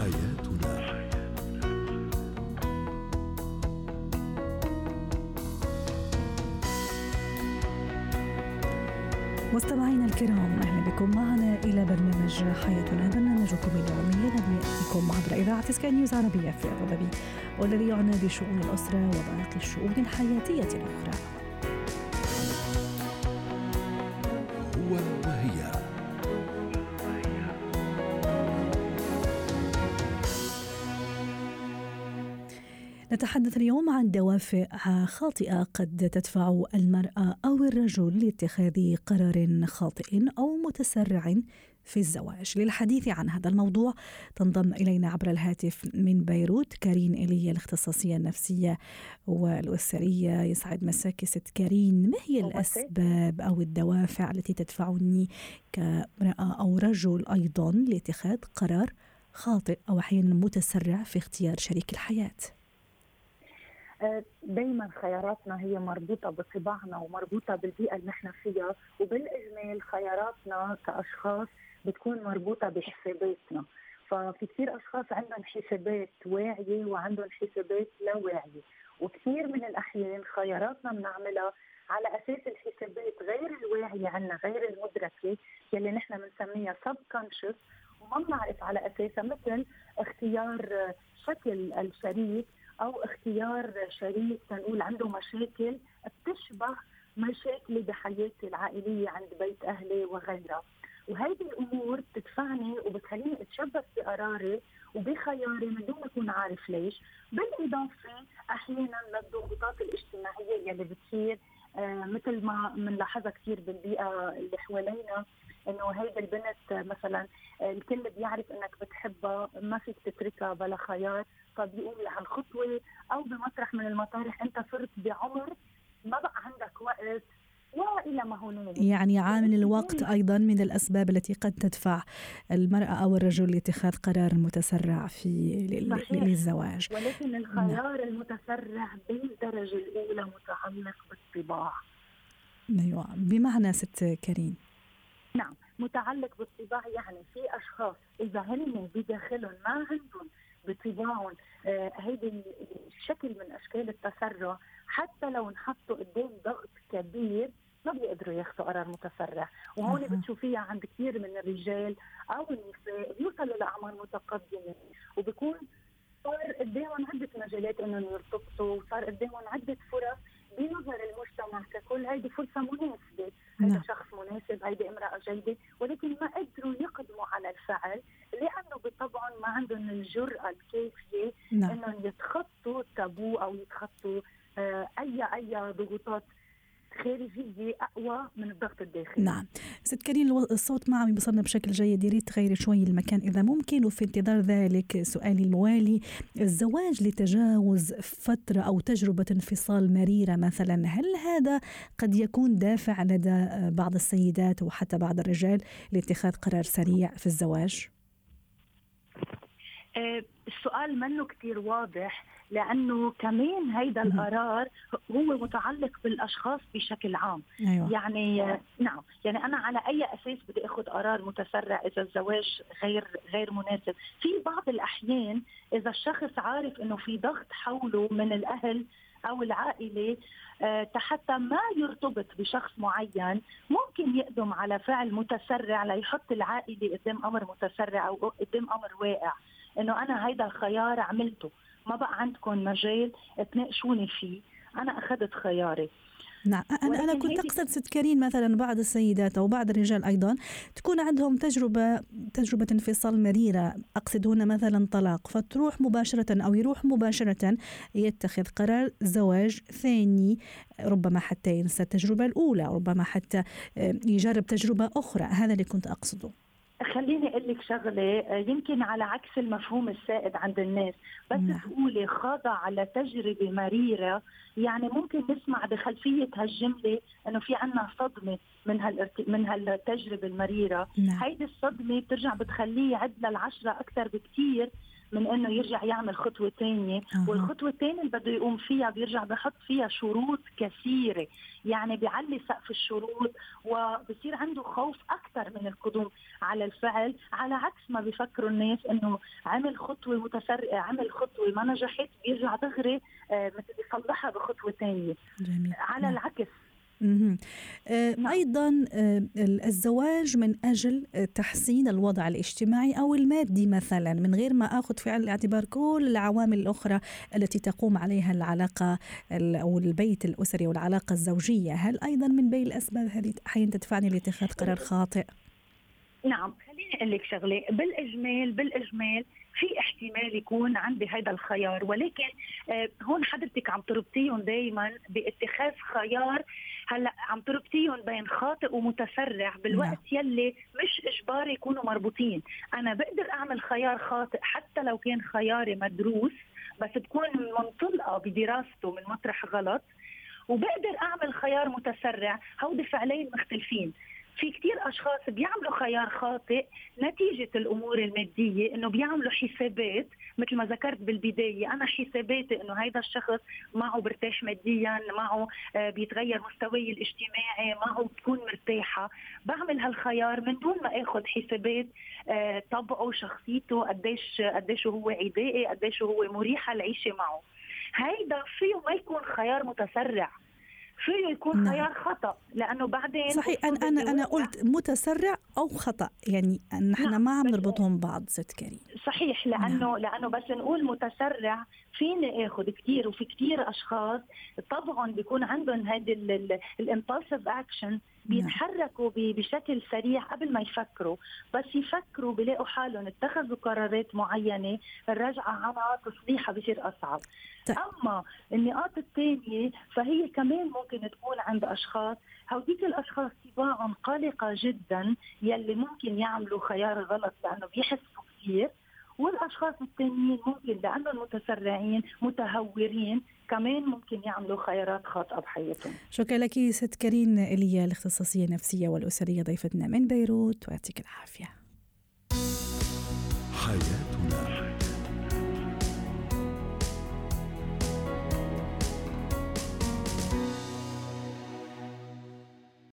حياتنا. مستمعينا الكرام، أهلا بكم معنا إلى برنامج حياتنا، برنامجكم اليومي الذي يأتيكم عبر إذاعة سكاي نيوز عربية في أبو ظبي، والذي يعنى بشؤون الأسرة وباقي الشؤون الحياتية الأخرى. هو وهي. نتحدث اليوم عن دوافع خاطئة قد تدفع المرأة أو الرجل لاتخاذ قرار خاطئ أو متسرع في الزواج. للحديث عن هذا الموضوع تنضم إلينا عبر الهاتف من بيروت كارين إيليا، الاختصاصية النفسية والأسرية. يسعد مساك ست كارين. ما هي الأسباب أو الدوافع التي تدفعني كامرأة أو رجل أيضا لاتخاذ قرار خاطئ أو أحيانا متسرع في اختيار شريك الحياة؟ دايما خياراتنا هي مربوطة بطباعنا ومربوطة بالبيئة اللي نحن فيها، وبالإجمال خياراتنا كأشخاص بتكون مربوطة بحساباتنا. ففي كثير أشخاص عندهم حسابات واعية وعندهم حسابات لا واعية، وكثير من الأحيان خياراتنا بنعملها على أساس الحسابات غير الواعية عنا، غير المدركة يلي نحن بنسميها subconscious، وما بنعرف على أساسها، مثل اختيار شكل الشريك أو اختيار شريك تنقول عنده مشاكل بتشبه مشاكلي بحياتي العائلية عند بيت أهلي وغيرها. وهذه الأمور بتدفعني وبتخليني أتشبث بقراري وبخياري من دون ما أكون عارف ليش. بالإضافة أحيانا للضغوطات الاجتماعية اللي بتصير، مثل ما بنلاحظها كثير بالبيئة اللي حوالينا، إنه هيدا البنت مثلا الكل بيعرف إنك بتحبها، ما فيك تتركها بلا خيار، فبيقوم لهالخطوة. أو بمطرح من المطارح أنت صرت بعمر ما بقى عندك وقت وإلى ما هنالك. يعني عامل الوقت أيضا من الأسباب التي قد تدفع المرأة أو الرجل لاتخاذ قرار متسرع للزواج. ولكن الخيار المتسرع بالدرجة الأولى متعلق بالطباع. أيوة، بمعنى ست كريم. نعم، متعلق بالطباع. يعني في أشخاص إذا هن بداخلهم ما عندهم بطباعهم هيدا الشكل من أشكال التسرع، حتى لو نحطوا قدام ضغط كبير ما بيقدروا ياخذوا قرار متسرع. وهون بتشوفيها عند كثير من الرجال أو النساء بيوصلوا لأعمار متقدمة وبيكون صار قدامهم عدة مجالات إنهم يرتبطوا، وصار قدامهم عدة فرص بنظر المجتمع ككل. هيدي فرصة مناسبة، هيدا شخص مناسب، هيدي امرأة جيدة، ولكن ما قدروا يقدموا على الفعل لأنه بطبعهم ما عندهم الجرأة الكافية إنهم يتخطوا التابو أو يتخطوا أي ضغوطات خارجية أقوى من الضغط الداخلي. نعم ست كريم، الصوت معي بيصلنا بشكل جيد، يريد تغيري شوي المكان إذا ممكن. وفي انتظار ذلك سؤالي الموالي، الزواج لتجاوز فترة أو تجربة انفصال مريرة مثلا، هل هذا قد يكون دافع لدى بعض السيدات وحتى بعض الرجال لاتخاذ قرار سريع في الزواج؟ السؤال منه كتير واضح، لأنه كمان هيدا القرار هو متعلق بالأشخاص بشكل عام. أيوة. يعني نعم، يعني أنا على أي أساس بدي أخذ قرار متسرع إذا الزواج غير مناسب؟ في بعض الأحيان إذا الشخص عارف إنه في ضغط حوله من الأهل أو العائلة حتى ما يرتبط بشخص معين، ممكن يقدم على فعل متسرع ليحط العائلة قدام أمر متسرع أو قدام أمر واقع، إنه أنا هيدا الخيار عملته، ما بقى عندكم مجال تناقشوني فيه، أنا أخذت خياري. نعم، أنا كنت أقصد ست كريم مثلا بعض السيدات أو بعض الرجال أيضا تكون عندهم تجربة انفصال مريرة، أقصد هنا مثلا طلاق، فتروح مباشرة أو يروح مباشرة يتخذ قرار زواج ثاني، ربما حتى ينسى التجربة الأولى، ربما حتى يجرب تجربة أخرى. هذا اللي كنت أقصده. خليني أقول لك شغلة يمكن على عكس المفهوم السائد عند الناس، بس تقولي خاضع على تجربة مريرة، يعني ممكن نسمع بخلفية هالجملة أنه في عنا صدمة من هالتجربة المريرة. هيدي الصدمة بترجع بتخليه يعد للعشرة أكثر بكتير من انه يرجع يعمل خطوه ثانيه. والخطوه الثانيه اللي بده يقوم فيها بيرجع بحط فيها شروط كثيره، يعني بيعلي سقف الشروط وبصير عنده خوف اكثر من القدوم على الفعل، على عكس ما بيفكروا الناس انه عمل خطوه متسرعه، عمل خطوه ما نجحت بيرجع دغري مثل بيصلحها بخطوه ثانيه. على العكس. أيضا الزواج من أجل تحسين الوضع الاجتماعي أو المادي مثلا، من غير ما أخذ في عين الاعتبار كل العوامل الأخرى التي تقوم عليها العلاقة أو البيت الأسري والعلاقة الزوجية، هل أيضا من بين الأسباب هذه أحيانا تدفعني لاتخاذ قرار خاطئ؟ نعم، خليني أقول لك شغلة. بالإجمال في احتمال يكون عندي هذا الخيار، ولكن هون حضرتك عم تربطيهم دايما باتخاذ خيار. هلا عم تربطيهم بين خاطئ ومتسرع بالوقت يلي مش اجباري يكونوا مربوطين. انا بقدر اعمل خيار خاطئ حتى لو كان خياري مدروس، بس بكون منطلقه بدراسته من مطرح غلط، وبقدر اعمل خيار متسرع. هودي فعلين مختلفين. في كتير أشخاص بيعملوا خيار خاطئ نتيجة الأمور المادية، إنه بيعملوا حسابات مثل ما ذكرت بالبداية. أنا حساباتي إنه هيدا الشخص معه برتاح ماديا، معه بيتغير مستوي الاجتماعي، معه بتكون مرتاحة. بعمل هالخيار من دون ما أخذ حسابات طبعه، شخصيته، قديش هو عدائي، قديش هو مريحة العيشة معه. هيدا فيه ما يكون خيار متسرع، فيه يكون خيار خطأ، لأنه بعدين صحيح. أنا قلت متسرع أو خطأ، يعني نحن ما عم نربطهم بعض ست كريم. صحيح، لأنه بس نقول متسرع فيني اخذ كتير، وفي كتير اشخاص طبعا بيكون عندهم هذا الامبالسيف اكشن، بيتحركوا بشكل سريع قبل ما يفكروا، بس يفكروا بيلاقوا حالهم اتخذوا قرارات معينة الرجعة عنها تصليحها بصير أصعب. أما النقاط الثانية فهي كمان ممكن تكون عند أشخاص، هوديك الأشخاص طباعهم قلقة جدا يلي ممكن يعملوا خيار غلط لأنه بيحسوا كثير، والأشخاص التانيين ممكن لأنه المتسرعين متهورين كمان ممكن يعملوا خيارات خاطئة بحياتهم. شكرا لك ست كريم إليا، الاختصاصية النفسية والأسرية، ضيفتنا من بيروت، ويعطيك العافية. حياتنا.